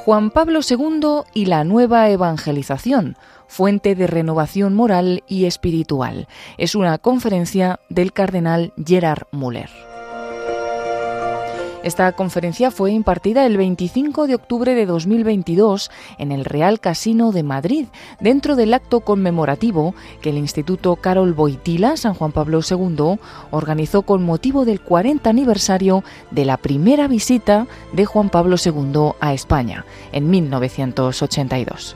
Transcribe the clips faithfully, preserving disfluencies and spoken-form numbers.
Juan Pablo segundo y la nueva evangelización, fuente de renovación moral y espiritual. Es una conferencia del cardenal Gerhard Müller. Esta conferencia fue impartida el veinticinco de octubre de dos mil veintidós en el Real Casino de Madrid, dentro del acto conmemorativo que el Instituto Karol Wojtyła San Juan Pablo segundo organizó con motivo del cuarenta aniversario de la primera visita de Juan Pablo segundo a España, en mil novecientos ochenta y dos.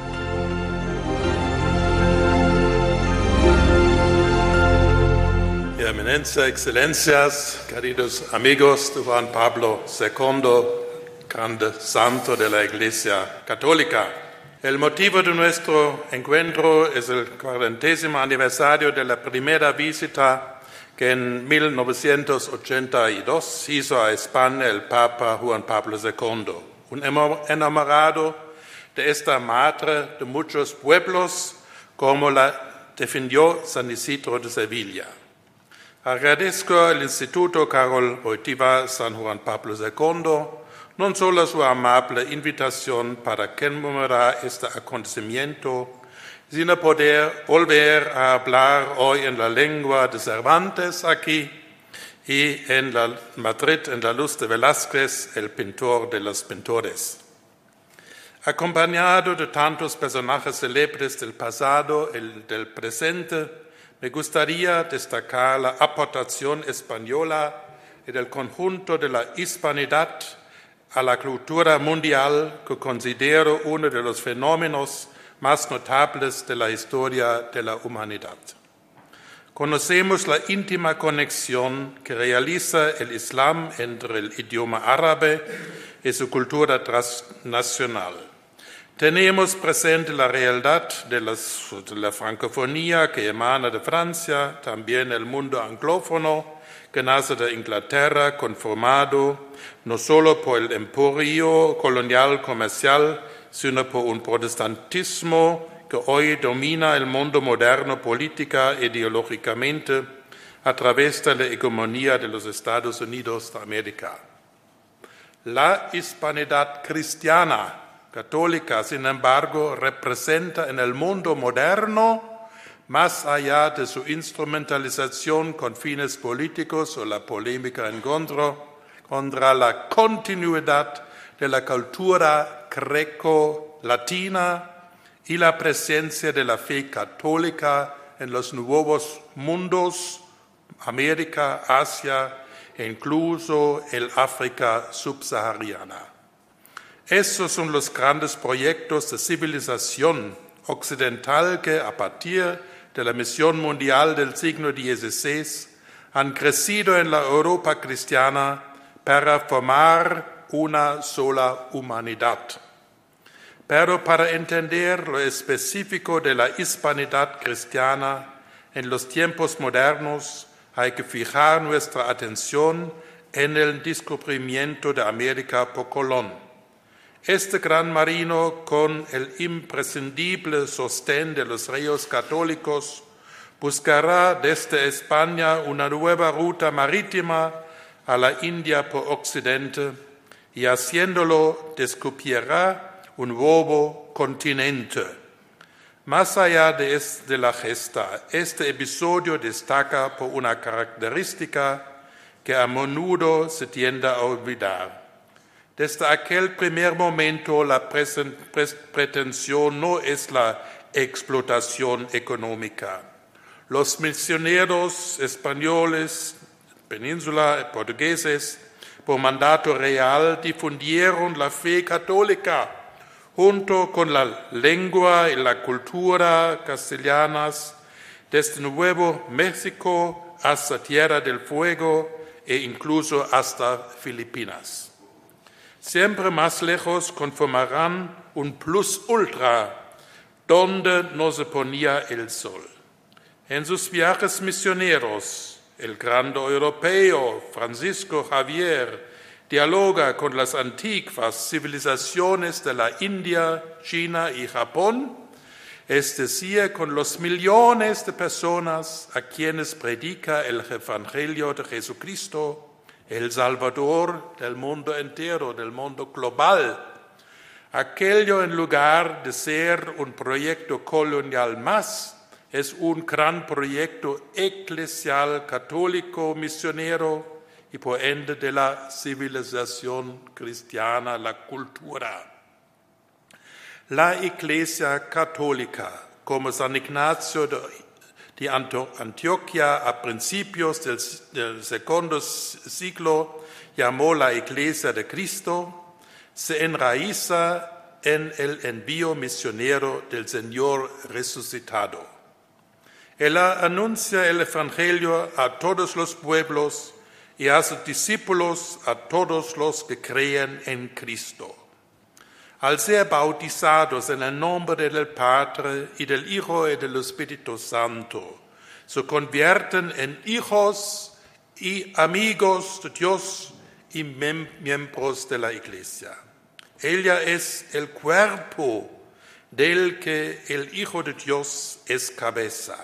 Eminencia, excelencias, queridos amigos de Juan Pablo segundo, grande santo de la Iglesia Católica. El motivo de nuestro encuentro es el cuarentésimo aniversario de la primera visita que en mil novecientos ochenta y dos hizo a España el Papa Juan Pablo segundo, un enamorado de esta madre de muchos pueblos, como la definió San Isidro de Sevilla. Agradezco al Instituto Karol Wojtyła San Juan Pablo segundo no solo su amable invitación para conmemorar este acontecimiento, sino poder volver a hablar hoy en la lengua de Cervantes aquí y en la Madrid en la luz de Velázquez, el pintor de los pintores. Acompañado de tantos personajes célebres del pasado y del presente, me gustaría destacar la aportación española y del conjunto de la hispanidad a la cultura mundial, que considero uno de los fenómenos más notables de la historia de la humanidad. Conocemos la íntima conexión que realiza el Islam entre el idioma árabe y su cultura transnacional. Tenemos presente la realidad de, las, de la francofonía que emana de Francia, también el mundo anglófono que nace de Inglaterra, conformado no solo por el emporio colonial comercial, sino por un protestantismo que hoy domina el mundo moderno política e ideológicamente a través de la hegemonía de los Estados Unidos de América. La hispanidad cristiana católica, sin embargo, representa en el mundo moderno, más allá de su instrumentalización con fines políticos o la polémica en contra, contra la continuidad de la cultura greco-latina y la presencia de la fe católica en los nuevos mundos, América, Asia e incluso el África subsahariana. Esos son los grandes proyectos de civilización occidental que, a partir de la misión mundial del siglo dieciséis, han crecido en la Europa cristiana para formar una sola humanidad. Pero para entender lo específico de la hispanidad cristiana en los tiempos modernos, hay que fijar nuestra atención en el descubrimiento de América por Colón. Este gran marino, con el imprescindible sostén de los reyes católicos, buscará desde España una nueva ruta marítima a la India por occidente y haciéndolo descubrirá un nuevo continente. Más allá de, es, de la gesta, este episodio destaca por una característica que a menudo se tiende a olvidar. Desde aquel primer momento, la pretensión no es la explotación económica. Los misioneros españoles, península, portugueses, por mandato real, difundieron la fe católica junto con la lengua y la cultura castellanas desde Nuevo México hasta Tierra del Fuego e incluso hasta Filipinas. Siempre más lejos conformarán un plus ultra donde no se ponía el sol. En sus viajes misioneros, el grande europeo Francisco Javier dialoga con las antiguas civilizaciones de la India, China y Japón, es decir, con los millones de personas a quienes predica el Evangelio de Jesucristo, el Salvador del mundo entero, del mundo global, Aquello, en lugar de ser un proyecto colonial más, es un gran proyecto eclesial, católico, misionero y por ende de la civilización cristiana, la cultura. La Iglesia católica, como San Ignacio de, de Antioquia a principios del, del segundo siglo llamó la Iglesia de Cristo, se enraiza en el envío misionero del Señor resucitado. Él anuncia el Evangelio a todos los pueblos y a sus discípulos, a todos los que creen en Cristo. Al ser bautizados en el nombre del Padre y del Hijo y del Espíritu Santo, se convierten en hijos y amigos de Dios y miembros de la Iglesia. Ella es el cuerpo del que el Hijo de Dios es cabeza,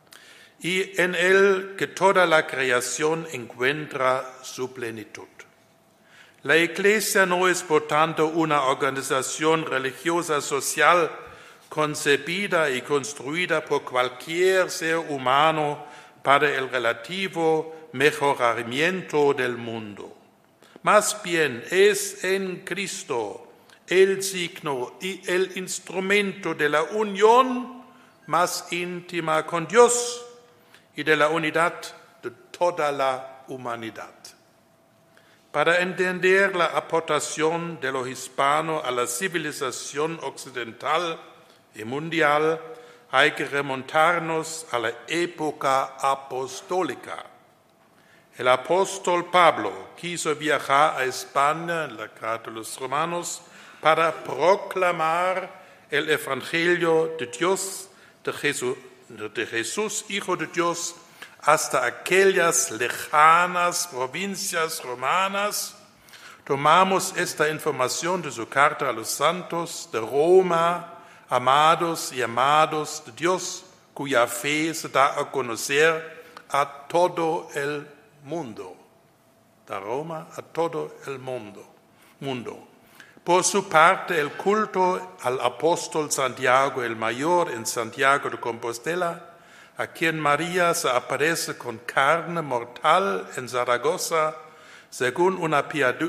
y en él que toda la creación encuentra su plenitud. La Iglesia no es, por tanto, una organización religiosa social concebida y construida por cualquier ser humano para el relativo mejoramiento del mundo. Más bien es en Cristo el signo y el instrumento de la unión más íntima con Dios y de la unidad de toda la humanidad. Para entender la aportación de los hispanos a la civilización occidental y mundial, hay que remontarnos a la época apostólica. El apóstol Pablo quiso viajar a España, en la carta de los Romanos, para proclamar el Evangelio de Dios, de Jesús, de Jesús, Hijo de Dios, hasta aquellas lejanas provincias romanas. Tomamos esta información de su carta a los santos de Roma, amados y amados de Dios, cuya fe se da a conocer a todo el mundo. De Roma a todo el mundo. mundo. Por su parte, el culto al apóstol Santiago el Mayor en Santiago de Compostela, a quien María se aparece con carne mortal en Zaragoza, según una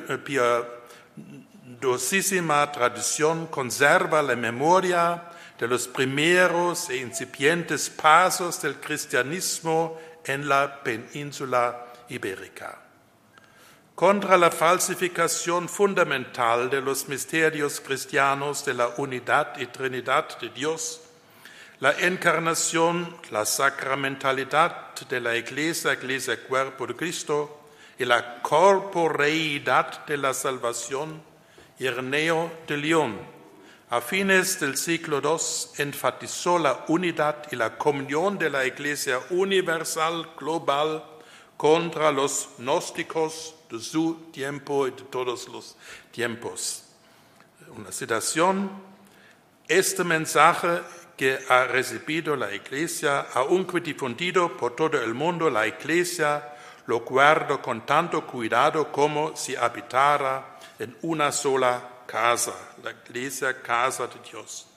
piadosísima tradición, conserva la memoria de los primeros e incipientes pasos del cristianismo en la península ibérica. Contra la falsificación fundamental de los misterios cristianos de la unidad y Trinidad de Dios, la encarnación, la sacramentalidad de la Iglesia, Iglesia Cuerpo de Cristo, y la corporeidad de la salvación, Ireneo de León, a fines del siglo segundo, enfatizó la unidad y la comunión de la Iglesia universal, global, contra los gnósticos de su tiempo y de todos los tiempos. Una citación: este mensaje que ha recibido la Iglesia, aunque difundido por todo el mundo, la Iglesia lo guarda con tanto cuidado como si habitara en una sola casa, la Iglesia, casa de Dios.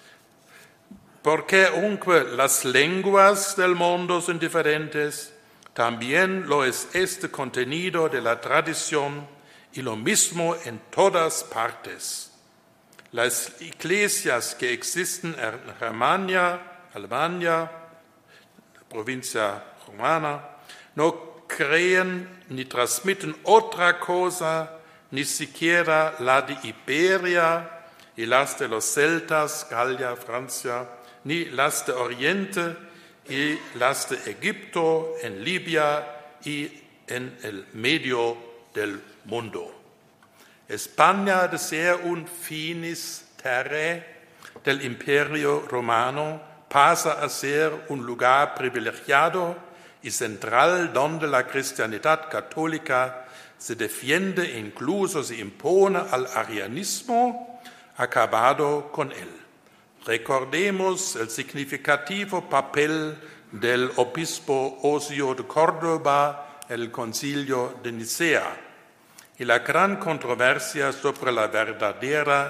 Porque aunque las lenguas del mundo son diferentes, también lo es este contenido de la tradición, y lo mismo en todas partes. Las iglesias que existen en Germania, Alemania, provincia romana, no creen ni transmiten otra cosa, ni siquiera la de Iberia y las de los celtas, Galia, Francia, ni las de Oriente y las de Egipto, en Libia y en el medio del mundo. España, de ser un finis terrae del Imperio Romano, pasa a ser un lugar privilegiado y central donde la cristianidad católica se defiende e incluso se impone al arianismo acabado con él. Recordemos el significativo papel del obispo Osio de Córdoba en el Concilio de Nicea y la gran controversia sobre la verdadera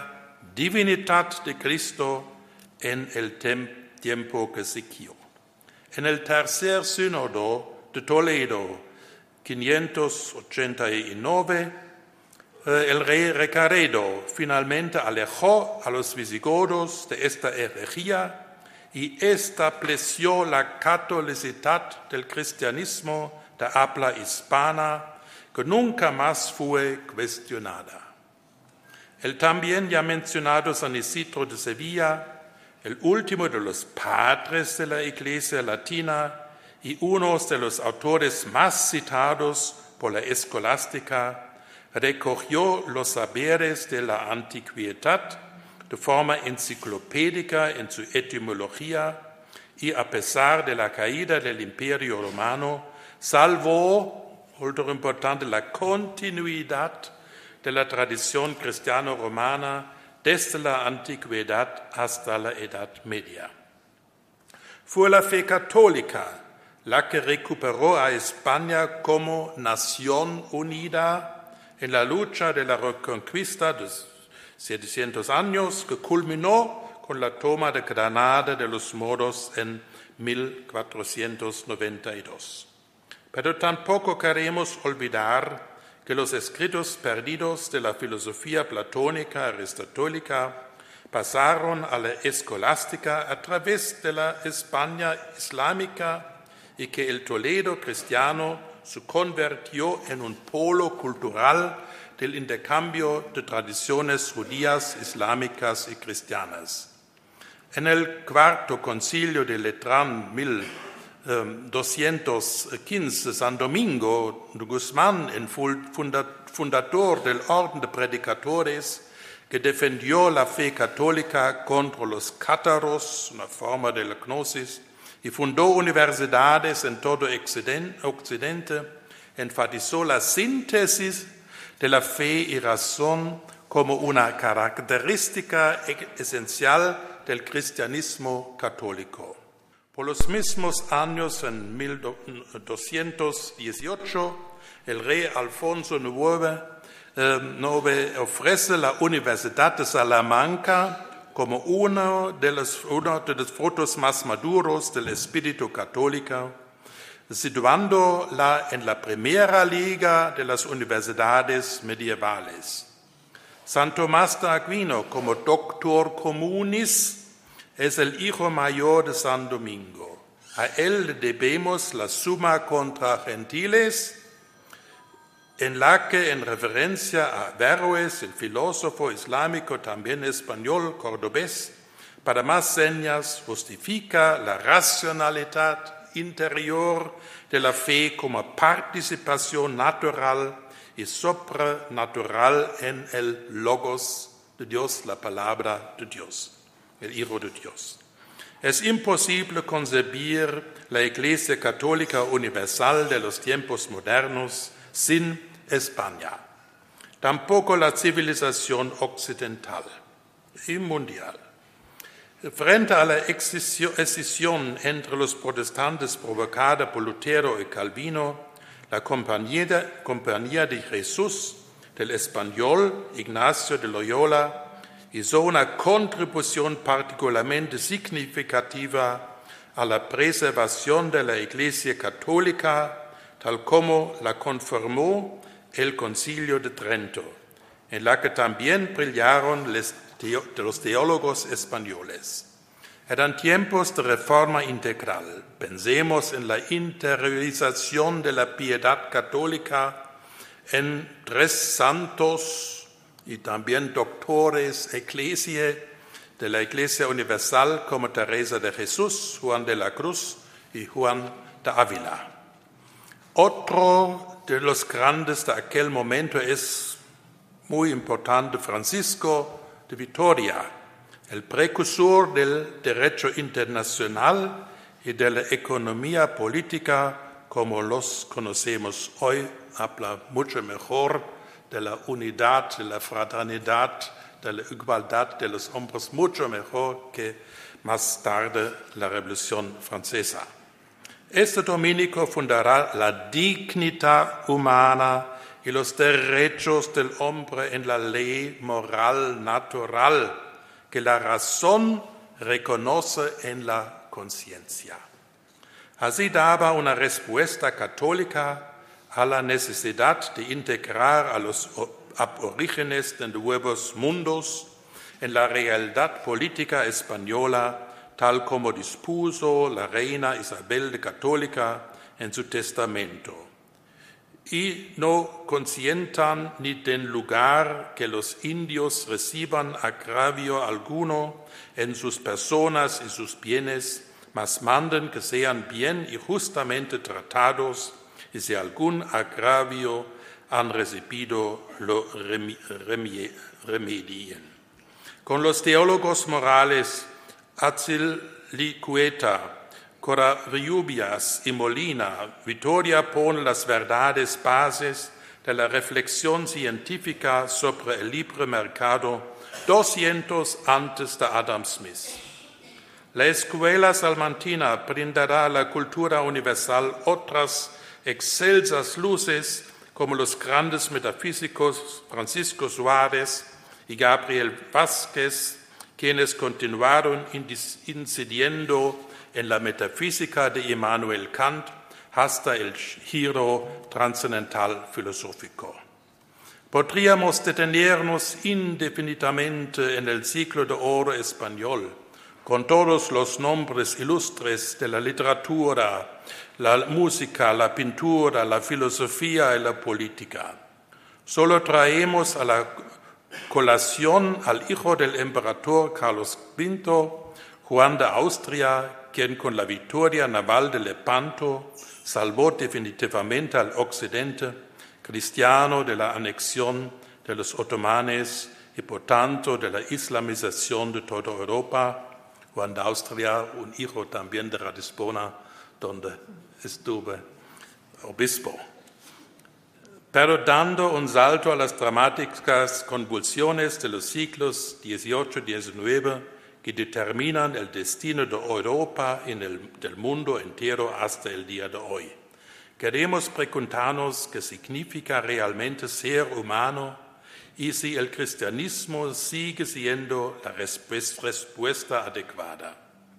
divinidad de Cristo en el tem- tiempo que siguió. En el tercer sínodo de Toledo, quinientos ochenta y nueve, eh, el rey Recaredo finalmente alejó a los visigodos de esta herejía y estableció la catolicidad del cristianismo de habla hispana, que nunca más fue cuestionada. El también ya mencionado San Isidro de Sevilla, el último de los padres de la Iglesia latina y uno de los autores más citados por la escolástica, recogió los saberes de la antigüedad de forma enciclopédica en su etimología y a pesar de la caída del Imperio Romano, salvó, otro importante, la continuidad de la tradición cristiano-romana desde la antigüedad hasta la Edad Media. Fue la fe católica la que recuperó a España como nación unida en la lucha de la reconquista de setecientos años, que culminó con la toma de Granada de los moros en mil cuatrocientos noventa y dos. Pero tampoco queremos olvidar que los escritos perdidos de la filosofía platónica aristotélica pasaron a la escolástica a través de la España islámica y que el Toledo cristiano se convirtió en un polo cultural del intercambio de tradiciones judías, islámicas y cristianas. En el cuarto concilio de Letrán mil doscientos quince, San Domingo de Guzmán, el fundador del orden de predicadores, que defendió la fe católica contra los cátaros, una forma de la gnosis, y fundó universidades en todo Occidente, enfatizó la síntesis de la fe y razón como una característica esencial del cristianismo católico. Por los mismos años, en mil doscientos dieciocho, el rey Alfonso noveno eh, ofrece la Universidad de Salamanca como uno de, los, uno de los frutos más maduros del espíritu católico, situándola en la primera liga de las universidades medievales. San Tomás de Aquino, como doctor communis, es el hijo mayor de San Domingo. A él le debemos la Summa contra Gentiles, en la que, en referencia a Averroes, el filósofo islámico también español cordobés, para más señas justifica la racionalidad interior de la fe como participación natural y sobrenatural en el Logos de Dios, la palabra de Dios, el Hijo de Dios. Es imposible concebir la Iglesia Católica Universal de los tiempos modernos sin España. Tampoco la civilización occidental y mundial. Frente a la escisión entre los protestantes provocada por Lutero y Calvino, la compañía, compañía de Jesús del español Ignacio de Loyola hizo una contribución particularmente significativa a la preservación de la Iglesia Católica, tal como la confirmó el Concilio de Trento, en la que también brillaron los teólogos españoles. Eran tiempos de reforma integral. Pensemos en la interiorización de la piedad católica en tres santos y también doctores eclesiae de la Iglesia Universal como Teresa de Jesús, Juan de la Cruz y Juan de Ávila. Otro de los grandes de aquel momento es muy importante, Francisco de Vitoria, el precursor del derecho internacional y de la economía política como los conocemos hoy. Habla mucho mejor de la unidad, de la fraternidad, de la igualdad de los hombres, mucho mejor que más tarde la Revolución Francesa. Este dominico fundará la dignidad humana y los derechos del hombre en la ley moral natural que la razón reconoce en la conciencia. Así daba una respuesta católica a la necesidad de integrar a los aborígenes de nuevos mundos en la realidad política española, tal como dispuso la reina Isabel de Católica en su testamento, y no consientan ni den lugar que los indios reciban agravio alguno en sus personas y sus bienes, mas manden que sean bien y justamente tratados, y si algún agravio han recibido, lo remedien. Con los teólogos morales Azpilicueta, Covarrubias y Molina, Vittoria pone las verdades bases de la reflexión científica sobre el libre mercado doscientos antes de Adam Smith. La escuela salmantina brindará a la cultura universal otras excelsas luces como los grandes metafísicos Francisco Suárez y Gabriel Vázquez, quienes continuaron incidiendo en la metafísica de Immanuel Kant hasta el giro trascendental filosófico. Podríamos detenernos indefinidamente en el siglo de oro español, con todos los nombres ilustres de la literatura, la música, la pintura, la filosofía y la política. Solo traemos a la colación al hijo del emperador Carlos quinto, Juan de Austria, quien con la victoria naval de Lepanto salvó definitivamente al occidente cristiano de la anexión de los otomanes y por tanto de la islamización de toda Europa. Juan de Austria, un hijo también de Ratisbona, donde estuve obispo. Pero dando un salto a las dramáticas convulsiones de los siglos dieciocho y diecinueve que determinan el destino de Europa y del mundo entero hasta el día de hoy, queremos preguntarnos qué significa realmente ser humano y si el cristianismo sigue siendo la respuesta adecuada.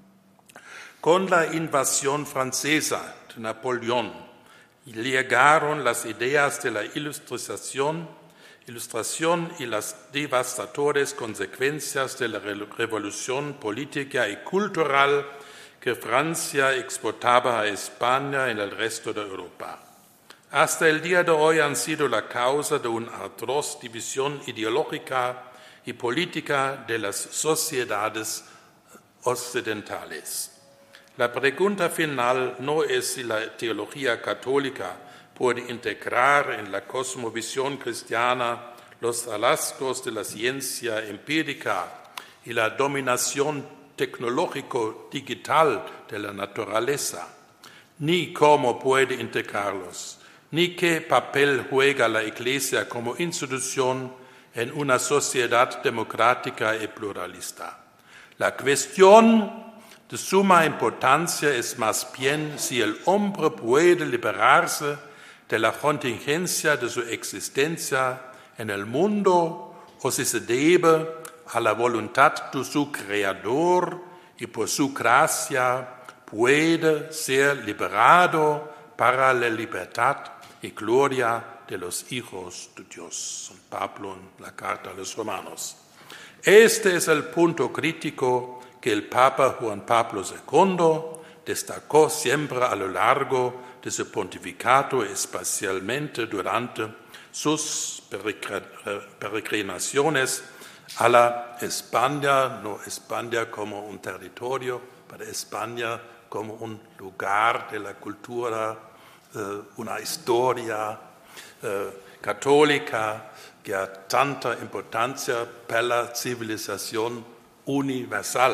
Con la invasión francesa de Napoleón llegaron las ideas de la ilustración, ilustración y las devastadoras consecuencias de la revolución política y cultural que Francia exportaba a España y el resto de Europa. Hasta el día de hoy han sido la causa de una atroz división ideológica y política de las sociedades occidentales. La pregunta final no es si la teología católica puede integrar en la cosmovisión cristiana los hallazgos de la ciencia empírica y la dominación tecnológico-digital de la naturaleza, ni cómo puede integrarlos, ni qué papel juega la Iglesia como institución en una sociedad democrática y pluralista. La cuestión de suma importancia es más bien si el hombre puede liberarse de la contingencia de su existencia en el mundo o si se debe a la voluntad de su Creador y por su gracia puede ser liberado para la libertad y gloria de los hijos de Dios. San Pablo en la carta a los Romanos. Este es el punto crítico que el Papa Juan Pablo segundo destacó siempre a lo largo de su pontificado, especialmente durante sus peregrinaciones a la España, no España como un territorio, pero España como un lugar de la cultura, una historia católica que ha tanta importancia para la civilización universal.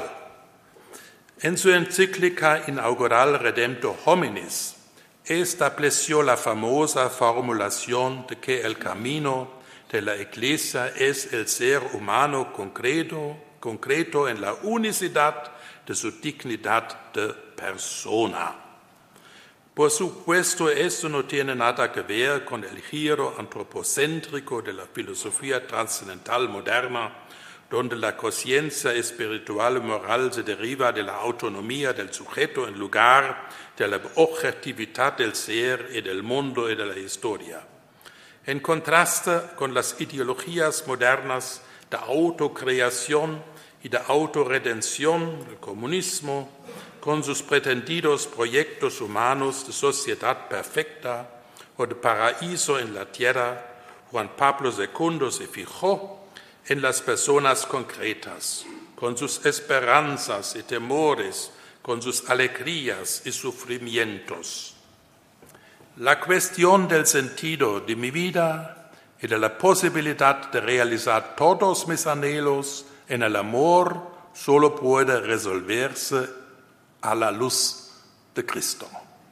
En su encíclica inaugural Redemptor Hominis estableció la famosa formulación de que el camino de la Iglesia es el ser humano concreto, concreto en la unicidad de su dignidad de persona. Por supuesto, esto no tiene nada que ver con el giro antropocéntrico de la filosofía trascendental moderna, donde la conciencia espiritual y moral se deriva de la autonomía del sujeto en lugar de la objetividad del ser y del mundo y de la historia. En contraste con las ideologías modernas de autocreación y de autorredención del comunismo, con sus pretendidos proyectos humanos de sociedad perfecta o de paraíso en la tierra, Juan Pablo segundo se fijó en las personas concretas, con sus esperanzas y temores, con sus alegrías y sufrimientos. La cuestión del sentido de mi vida y de la posibilidad de realizar todos mis anhelos en el amor solo puede resolverse a la luz de Cristo.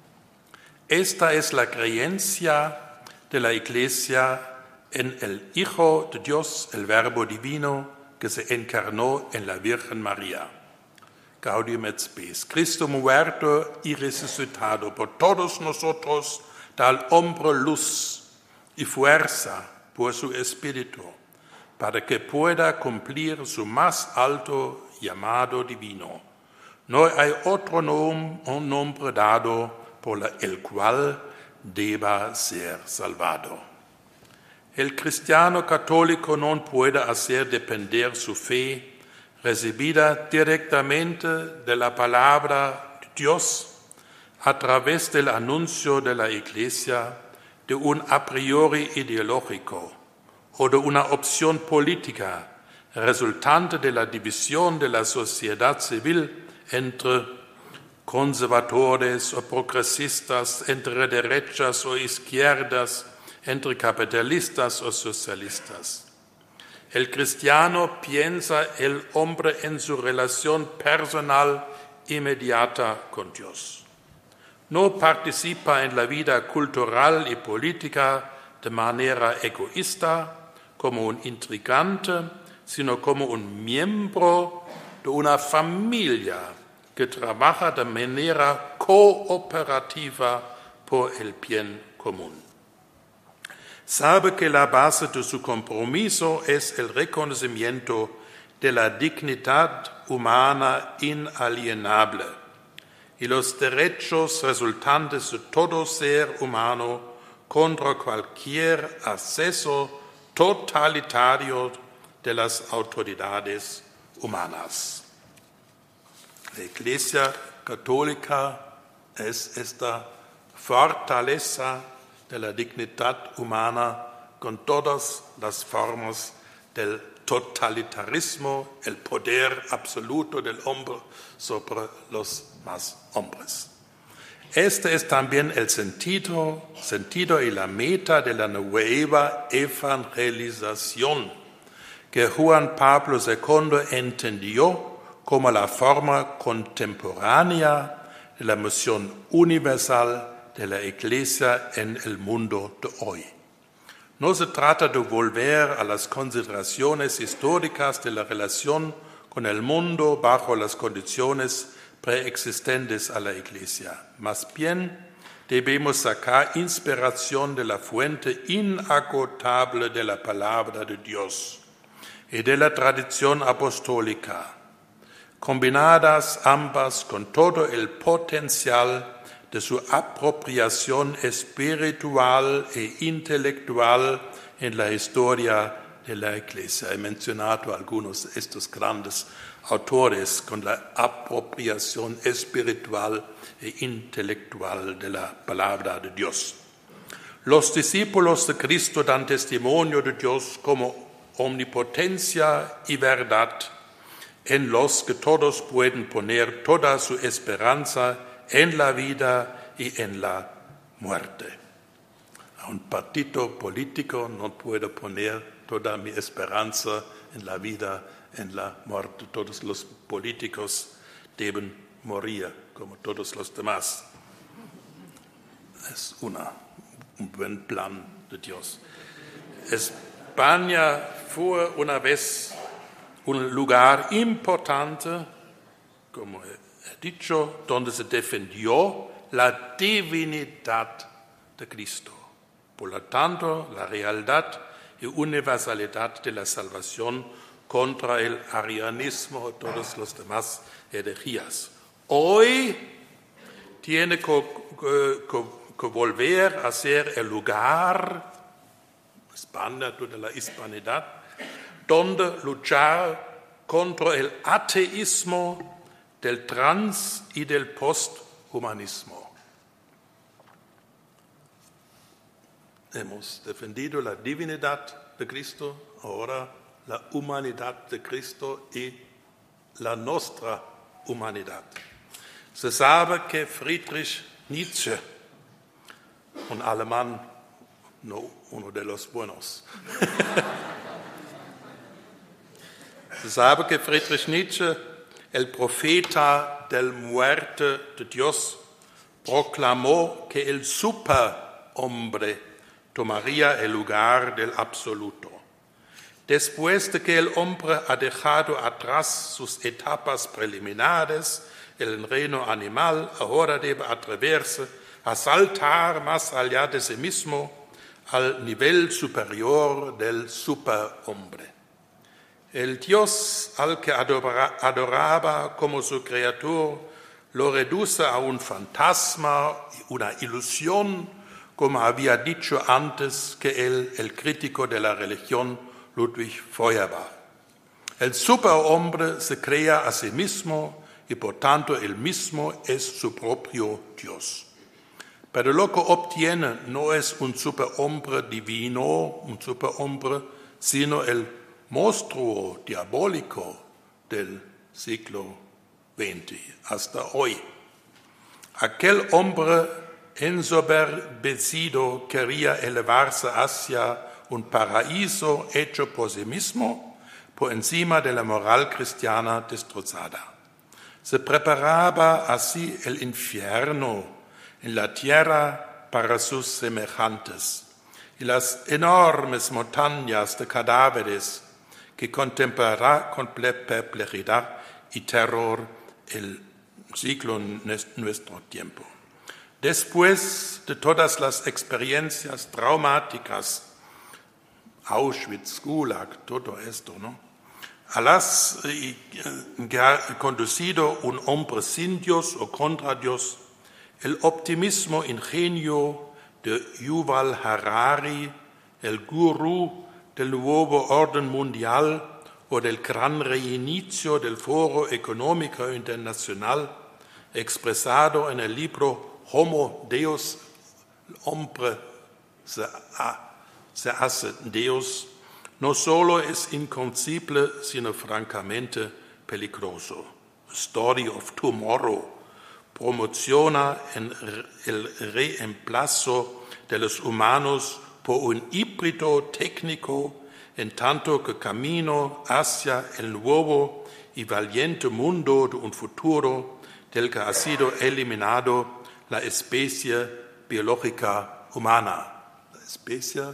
Esta es la creencia de la Iglesia en el Hijo de Dios, el Verbo Divino, que se encarnó en la Virgen María. Gaudium et Spes. Cristo muerto y resucitado por todos nosotros, da al hombre luz y fuerza por su Espíritu, para que pueda cumplir su más alto llamado divino. No hay otro nom- un nombre dado por la- el cual deba ser salvado. El cristiano católico no puede hacer depender su fe, recibida directamente de la palabra de Dios, a través del anuncio de la Iglesia, de un a priori ideológico o de una opción política resultante de la división de la sociedad civil entre conservadores o progresistas, entre derechas o izquierdas, entre capitalistas o socialistas. El cristiano piensa el hombre en su relación personal inmediata con Dios. No participa en la vida cultural y política de manera egoísta, como un intrigante, sino como un miembro de una familia que trabaja de manera cooperativa por el bien común. Sabe que la base de su compromiso es el reconocimiento de la dignidad humana inalienable y los derechos resultantes de todo ser humano contra cualquier acceso totalitario de las autoridades humanas. La Iglesia Católica es esta fortaleza de la dignidad humana con todas las formas del totalitarismo, el poder absoluto del hombre sobre los más hombres. Este es también el sentido, sentido y la meta de la nueva evangelización que Juan Pablo segundo entendió como la forma contemporánea de la misión universal de la Iglesia en el mundo de hoy. No se trata de volver a las consideraciones históricas de la relación con el mundo bajo las condiciones preexistentes a la Iglesia. Más bien, debemos sacar inspiración de la fuente inagotable de la palabra de Dios y de la tradición apostólica, combinadas ambas con todo el potencial de su apropiación espiritual e intelectual en la historia de la Iglesia. He mencionado algunos de estos grandes autores con la apropiación espiritual e intelectual de la palabra de Dios. Los discípulos de Cristo dan testimonio de Dios como omnipotencia y verdad, en los que todos pueden poner toda su esperanza en la vida y en la muerte. A un partido político no puedo poner toda mi esperanza en la vida, en la muerte. Todos los políticos deben morir como todos los demás. Es una, un buen plan de Dios. España fue una vez un lugar importante, como he dicho, donde se defendió la divinidad de Cristo. Por lo tanto, la realidad y universalidad de la salvación contra el arianismo y todas las demás herejías. Hoy tiene que, que, que volver a ser el lugar, España, toda la hispanidad, donde luchar contra el ateísmo del trans y del posthumanismo. Hemos defendido la divinidad de Cristo, ahora la humanidad de Cristo y la nuestra humanidad. Se sabe que Friedrich Nietzsche, un alemán, no uno de los buenos, se sabe que Friedrich Nietzsche, el profeta del muerte de Dios, proclamó que el superhombre tomaría el lugar del absoluto. Después de que el hombre ha dejado atrás sus etapas preliminares, el reino animal ahora debe atreverse a saltar más allá de sí mismo al nivel superior del superhombre. El Dios al que adora, adoraba como su criatura lo reduce a un fantasma, una ilusión, como había dicho antes que él, el crítico de la religión Ludwig Feuerbach. El superhombre se crea a sí mismo y por tanto él mismo es su propio Dios. Pero lo que obtiene no es un superhombre divino, un superhombre, sino el monstruo diabólico del siglo veinte hasta hoy. Aquel hombre ensoberbecido quería elevarse hacia un paraíso hecho por sí mismo, por encima de la moral cristiana destrozada. Se preparaba así el infierno en la tierra para sus semejantes y las enormes montañas de cadáveres que contemplará con perplejidad y terror el siglo nuestro tiempo. Después de todas las experiencias traumáticas, Auschwitz, Gulag, todo esto, ¿no? A las eh, que ha conducido un hombre sin Dios o contra Dios, el optimismo ingenio de Yuval Harari, el gurú del nuevo orden mundial o del gran reinicio del Foro Económico Internacional, expresado en el libro Homo Deus, el hombre se, ha, se hace Dios, no solo es inconcebible, sino francamente peligroso. Story of Tomorrow promociona el reemplazo de los humanos por un híbrido técnico, en tanto que camino hacia el nuevo y valiente mundo de un futuro del que ha sido eliminado la especie biológica humana. La especie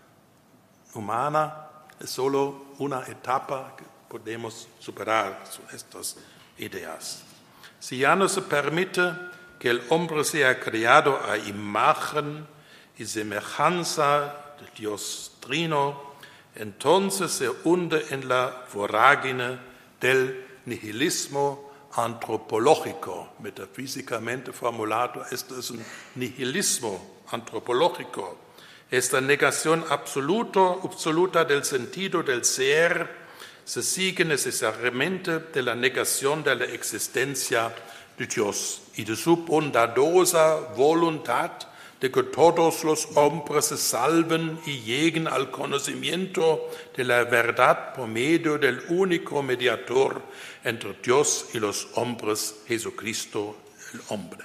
humana es solo una etapa que podemos superar con estas ideas. Si ya no se permite que el hombre sea creado a imagen y semejanza de Dios Trino, entonces se hunde en la vorágine del nihilismo antropológico, metafísicamente formulado. Esto es un nihilismo antropológico. Esta negación absoluta, absoluta del sentido del ser se sigue necesariamente de la negación de la existencia de Dios y de su bondadosa voluntad de que todos los hombres se salven y lleguen al conocimiento de la verdad por medio del único mediador entre Dios y los hombres, Jesucristo el hombre.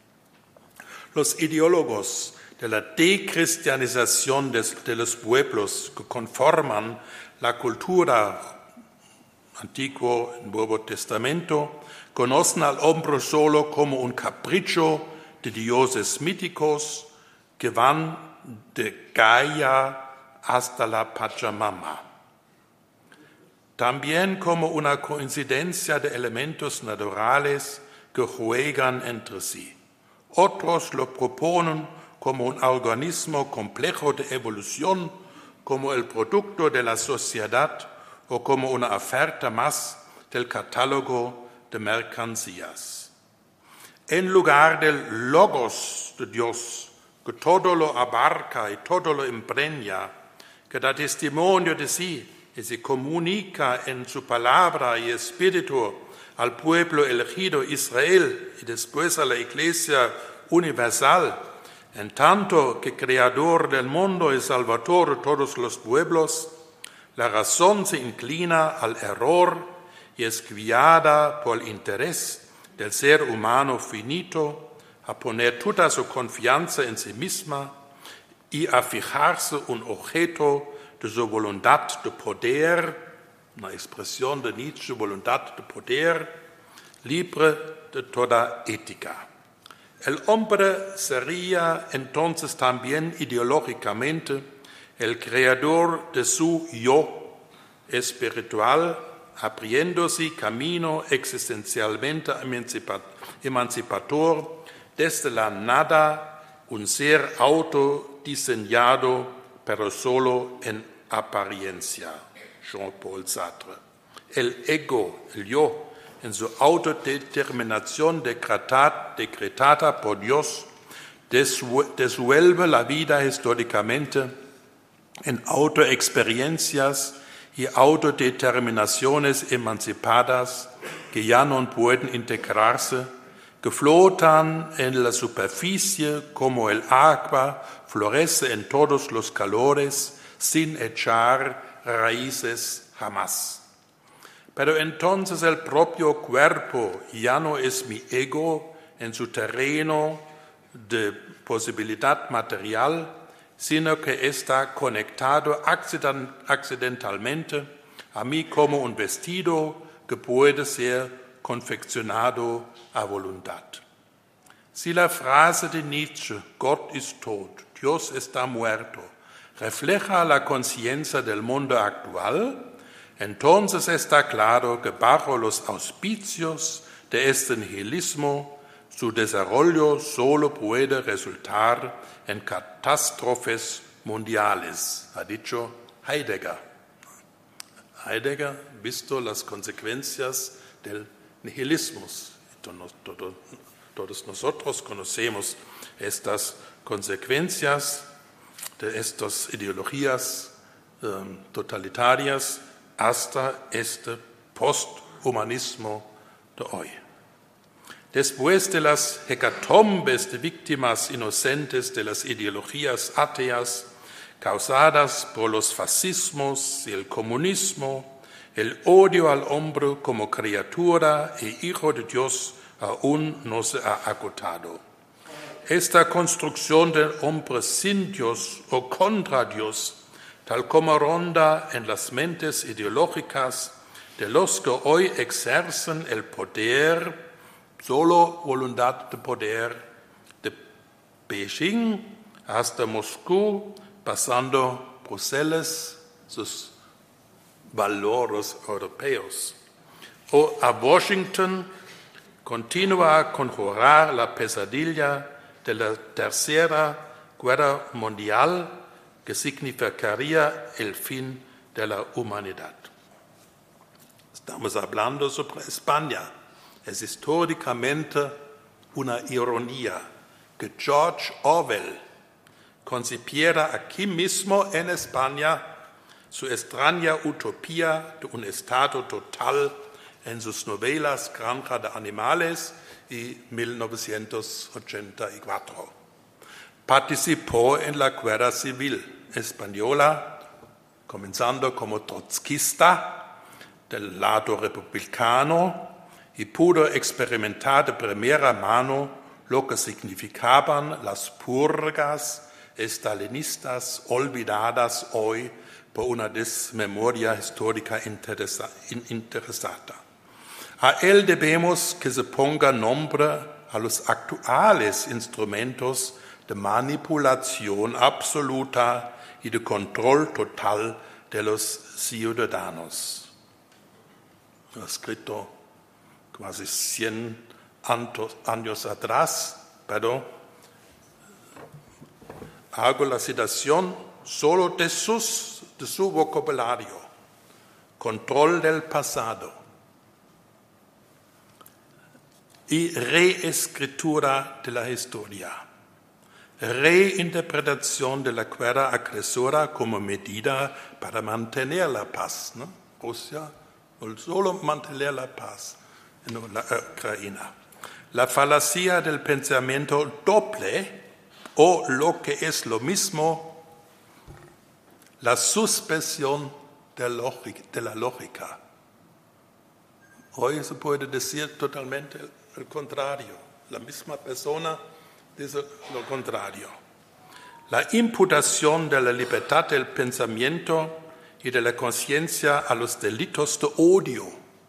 Los ideólogos de la decristianización de, de los pueblos que conforman la cultura Antiguo y Nuevo Testamento conocen al hombre solo como un capricho de dioses míticos que van de Gaia hasta la Pachamama. También como una coincidencia de elementos naturales que juegan entre sí. Otros lo proponen como un organismo complejo de evolución, como el producto de la sociedad o como una oferta más del catálogo de mercancías. En lugar del logos de Dios, que todo lo abarca y todo lo impregna, que da testimonio de sí y se comunica en su palabra y espíritu al pueblo elegido Israel y después a la Iglesia universal, en tanto que creador del mundo y salvador de todos los pueblos, la razón se inclina al error y es guiada por el interés del ser humano finito a poner toda su confianza en sí misma y a fijarse un objeto de su voluntad de poder, una expresión de Nietzsche, voluntad de poder, libre de toda ética. El hombre sería entonces también ideológicamente el creador de su yo espiritual, abriéndose camino existencialmente emancipador desde la nada, un ser autodiseñado, pero solo en apariencia. Jean-Paul Sartre. El ego, el yo, en su autodeterminación decretada por Dios, desuelve la vida históricamente en autoexperiencias y autodeterminaciones emancipadas que ya no pueden integrarse, que flotan en la superficie como el agua florece en todos los calores sin echar raíces jamás. Pero entonces el propio cuerpo ya no es mi ego en su terreno de posibilidad material, sino que está conectado accidentalmente a mí como un vestido que puede ser confeccionado a voluntad. Si la frase de Nietzsche, Gott ist tot, Dios está muerto, refleja la conciencia del mundo actual, entonces está claro que bajo los auspicios de este nihilismo, su desarrollo solo puede resultar en catástrofes mundiales, ha dicho Heidegger. Heidegger visto las consecuencias del nihilismo. Todos nosotros conocemos estas consecuencias de estas ideologías um, totalitarias hasta este posthumanismo de hoy. Después de las hecatombes de víctimas inocentes de las ideologías ateas causadas por los fascismos y el comunismo, el odio al hombre como criatura e hijo de Dios aún no se ha agotado. Esta construcción del hombre sin Dios o contra Dios, tal como ronda en las mentes ideológicas de los que hoy ejercen el poder, solo voluntad de poder, de Beijing hasta Moscú, pasando Bruselas, sus valores europeos, o a Washington, continúa a conjurar la pesadilla de la Tercera Guerra Mundial, que significaría el fin de la humanidad. Estamos hablando sobre España. Es históricamente una ironía que George Orwell concipiera aquí mismo en España su extraña utopía de un estado total en sus novelas Granja de Animales y mil novecientos ochenta y cuatro. Participó en la guerra civil española, comenzando como trotskista del lado republicano, y pudo experimentar de primera mano lo que significaban las purgas estalinistas olvidadas hoy por una desmemoria histórica interesa, interesada. A él debemos que se ponga nombre a los actuales instrumentos de manipulación absoluta y de control total de los ciudadanos. Ha escrito casi cien años atrás perdón, hago la citación solo de, sus, de su vocabulario, control del pasado y reescritura de la historia, reinterpretación de la guerra agresora como medida para mantener la paz, ¿no? Rusia no solo mantener la paz en la Ucrania. La falacia del pensamiento doble, o lo que es lo mismo, la suspensión de, lógica, de la lógica. Hoy se puede decir totalmente el contrario. La misma persona dice lo contrario. La imputación de la libertad del pensamiento y de la conciencia a los delitos de odio.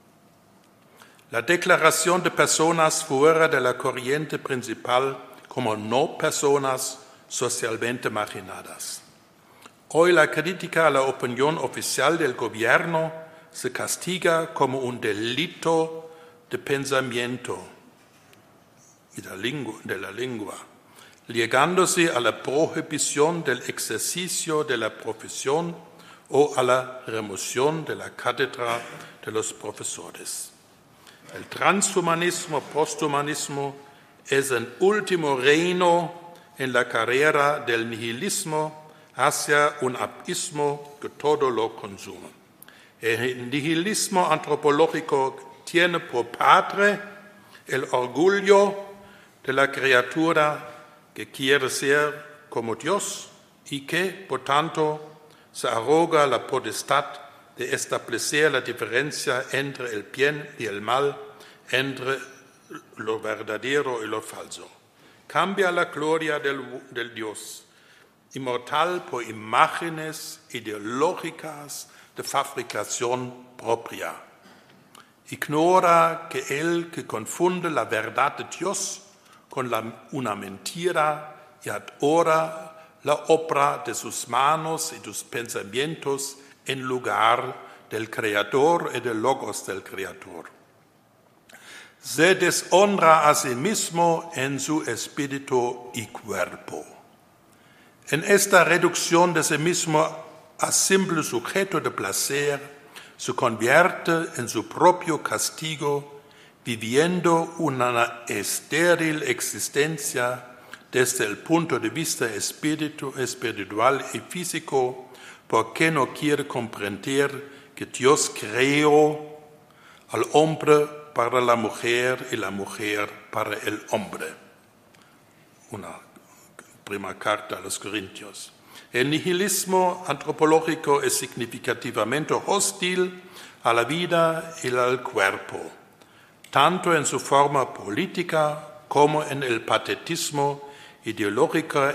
La declaración de personas fuera de la corriente principal como no personas socialmente marginadas. Hoy la crítica a la opinión oficial del gobierno se castiga como un delito de pensamiento y de la lengua, de la lengua, llegándose a la prohibición del ejercicio de la profesión o a la remoción de la cátedra de los profesores. El transhumanismo, posthumanismo es el último reino en la carrera del nihilismo hacia un abismo que todo lo consume. El nihilismo antropológico tiene por padre el orgullo de la criatura que quiere ser como Dios y que, por tanto, se arroga la potestad de establecer la diferencia entre el bien y el mal, entre lo verdadero y lo falso. Cambia la gloria del, del Dios inmortal por imágenes ideológicas de fabricación propia. Ignora que el que confunde la verdad de Dios con la, una mentira y adora la obra de sus manos y sus pensamientos en lugar del Creador y del Logos del Creador. Se deshonra a sí mismo en su espíritu y cuerpo. En esta reducción de sí mismo a simple sujeto de placer, se convierte en su propio castigo, viviendo una estéril existencia desde el punto de vista espíritu, espiritual y físico, porque no quiere comprender que Dios creó al hombre para la mujer y la mujer para el hombre. Una primera carta a los Corintios. El nihilismo antropológico es significativamente hostil a la vida y al cuerpo, tanto en su forma política como en el patetismo ideológico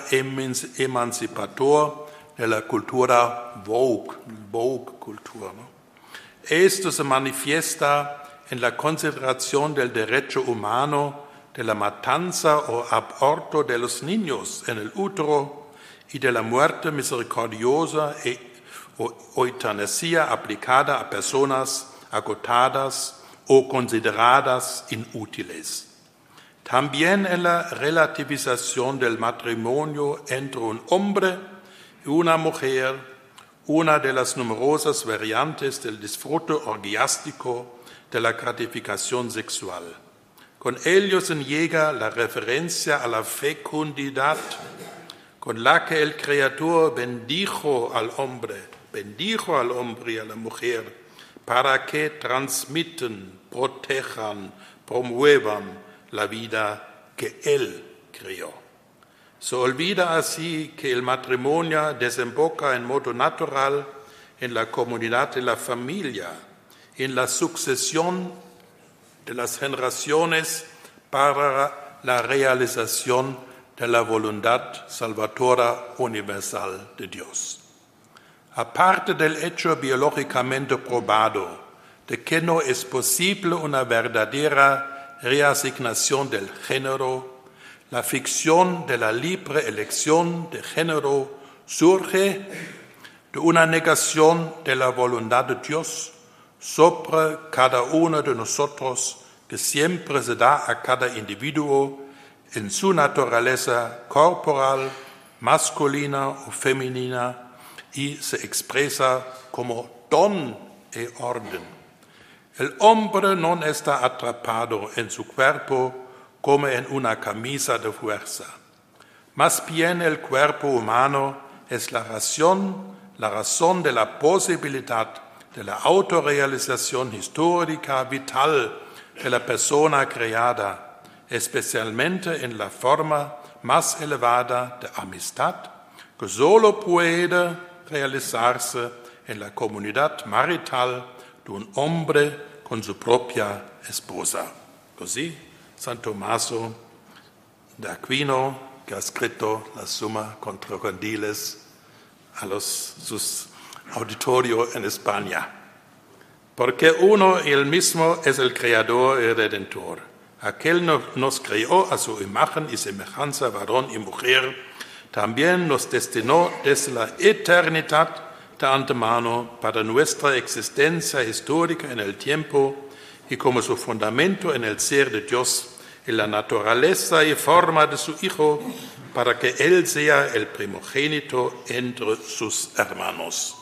emancipador de la cultura Vogue, Vogue cultura, ¿no? Esto se manifiesta en la consideración del derecho humano de la matanza o aborto de los niños en el útero y de la muerte misericordiosa e, o, o eutanasia aplicada a personas agotadas o consideradas inútiles. También en la relativización del matrimonio entre un hombre y una mujer, una de las numerosas variantes del disfrute orgiástico de la gratificación sexual. Con ello se niega la referencia a la fecundidad con la que el Creador bendijo al hombre, bendijo al hombre y a la mujer para que transmiten, protejan, promuevan la vida que Él creó. Se olvida así que el matrimonio desemboca en modo natural en la comunidad de la familia, en la sucesión de las generaciones para la realización de la voluntad salvadora universal de Dios. Aparte del hecho biológicamente probado de que no es posible una verdadera reasignación del género, la ficción de la libre elección de género surge de una negación de la voluntad de Dios sobre cada uno de nosotros que siempre se da a cada individuo en su naturaleza corporal, masculina o femenina, y se expresa como don e orden. El hombre no está atrapado en su cuerpo como en una camisa de fuerza. Más bien el cuerpo humano es la razón, la razón de la posibilidad de la autorrealización histórica vital de la persona creada, especialmente en la forma más elevada de amistad, que solo puede realizarse en la comunidad marital de un hombre con su propia esposa. Così San Tommaso de Aquino, que ha escrito la Summa contra Gentiles a los, sus auditorios en España. Porque uno y el mismo es el Creador y Redentor. Aquel nos creó a su imagen y semejanza, varón y mujer, también nos destinó desde la eternidad de antemano para nuestra existencia histórica en el tiempo y como su fundamento en el ser de Dios, en la naturaleza y forma de su Hijo, para que Él sea el primogénito entre sus hermanos.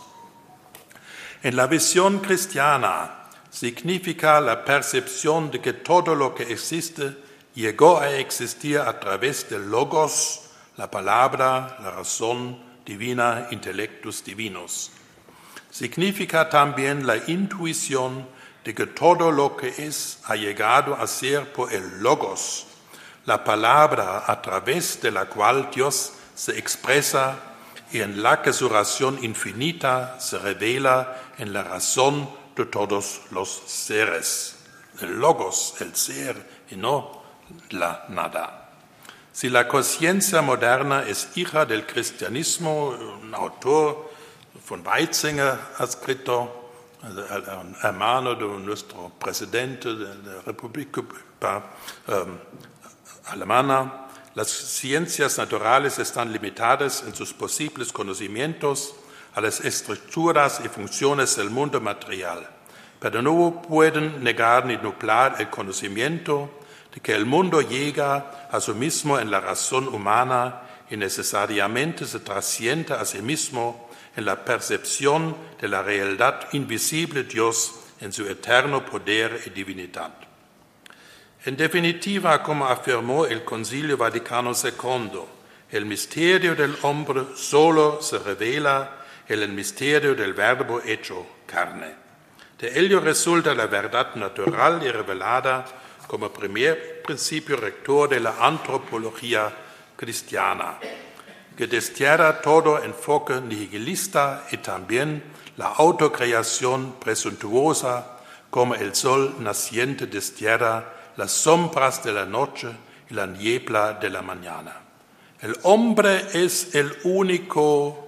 En la visión cristiana significa la percepción de que todo lo que existe llegó a existir a través del Logos, la palabra, la razón divina, intelectus divinos. Significa también la intuición de que todo lo que es ha llegado a ser por el Logos, la palabra a través de la cual Dios se expresa y en la que su razón infinita se revela en la razón de todos los seres. El Logos, el ser y no la nada. Si la conciencia moderna es hija del cristianismo, un autor von Weizsäcker ha escrito, un hermano de nuestro presidente de la República um, Alemana, las ciencias naturales están limitadas en sus posibles conocimientos a las estructuras y funciones del mundo material, pero no pueden negar ni nublar el conocimiento de que el mundo llega a sí mismo en la razón humana y necesariamente se trasciende a sí mismo en la percepción de la realidad invisible de Dios en su eterno poder y divinidad. En definitiva, como afirmó el Concilio Vaticano segundo, el misterio del hombre solo se revela en el misterio del Verbo hecho carne. De ello resulta la verdad natural y revelada como primer principio rector de la antropología cristiana, que destierra todo enfoque nihilista y también la autocreación presuntuosa, como el sol naciente destierra las sombras de la noche y la niebla de la mañana. El hombre es el único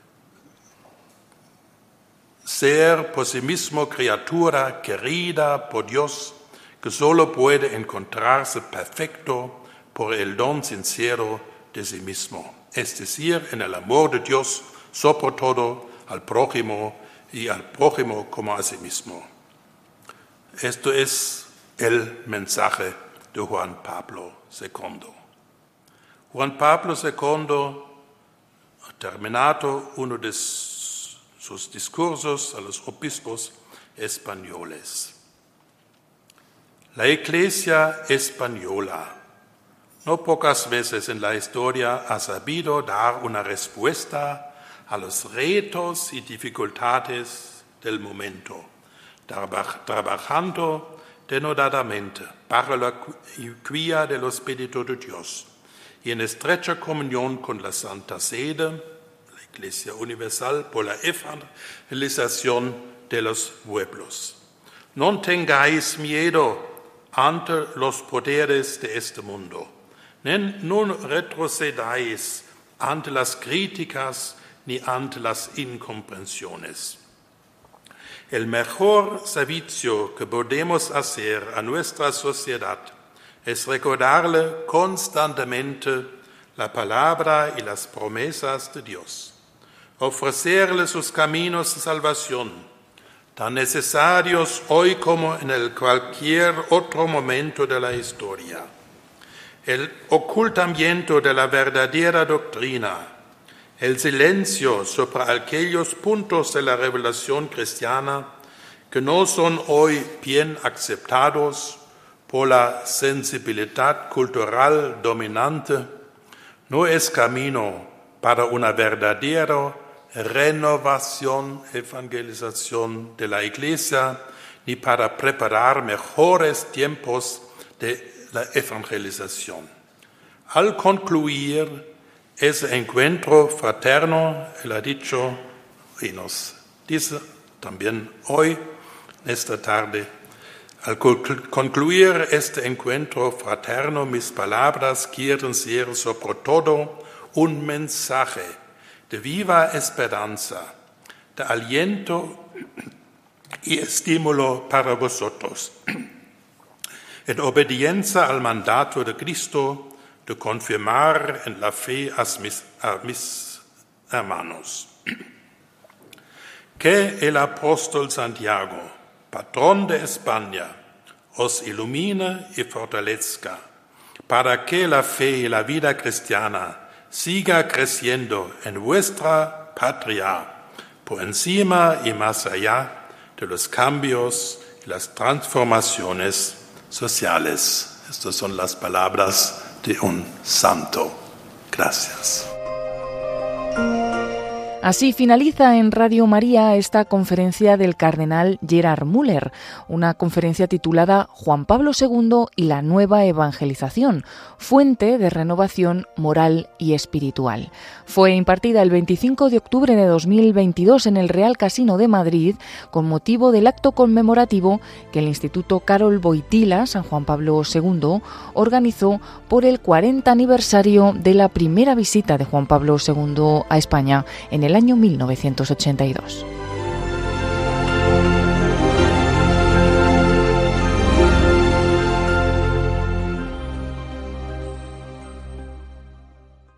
ser por sí mismo, criatura querida por Dios, que solo puede encontrarse perfecto por el don sincero de sí mismo, es decir, en el amor de Dios sobre todo al prójimo y al prójimo como a sí mismo. Esto es el mensaje de Juan Pablo segundo. Juan Pablo segundo ha terminado uno de sus discursos a los obispos españoles. La Iglesia española no pocas veces en la historia ha sabido dar una respuesta a los retos y dificultades del momento, trabajando denodadamente para la guía del Espíritu de Dios y en estrecha comunión con la Santa Sede, la Iglesia Universal, por la evangelización de los pueblos. No tengáis miedo ante los poderes de este mundo. No retrocedáis ante las críticas ni ante las incomprensiones. El mejor servicio que podemos hacer a nuestra sociedad es recordarle constantemente la palabra y las promesas de Dios, ofrecerle sus caminos de salvación, tan necesarios hoy como en el cualquier otro momento de la historia. el ocultamiento de la verdadera doctrina, el silencio sobre aquellos puntos de la revelación cristiana que no son hoy bien aceptados por la sensibilidad cultural dominante, no es camino para una verdadera renovación, evangelización de la Iglesia, ni para preparar mejores tiempos de la evangelización. Al concluir ese encuentro fraterno, él ha dicho, y nos dice también hoy, esta tarde, al concluir este encuentro fraterno, mis palabras quieren ser sobre todo un mensaje de viva esperanza, de aliento y estímulo para vosotros, en obediencia al mandato de Cristo de confirmar en la fe a mis, a mis hermanos. Que el apóstol Santiago, patrón de España, os ilumine y fortalezca, para que la fe y la vida cristiana siga creciendo en vuestra patria, por encima y más allá de los cambios y las transformaciones sociales. Estas son las palabras de un santo. Gracias. Así finaliza en Radio María esta conferencia del cardenal Gerhard Müller, una conferencia titulada Juan Pablo segundo y la nueva evangelización, fuente de renovación moral y espiritual. Fue impartida el veinticinco de octubre de dos mil veintidós en el Real Casino de Madrid con motivo del acto conmemorativo que el Instituto Karol Wojtyła San Juan Pablo segundo organizó por el cuarenta aniversario de la primera visita de Juan Pablo segundo a España en el año mil novecientos ochenta y dos.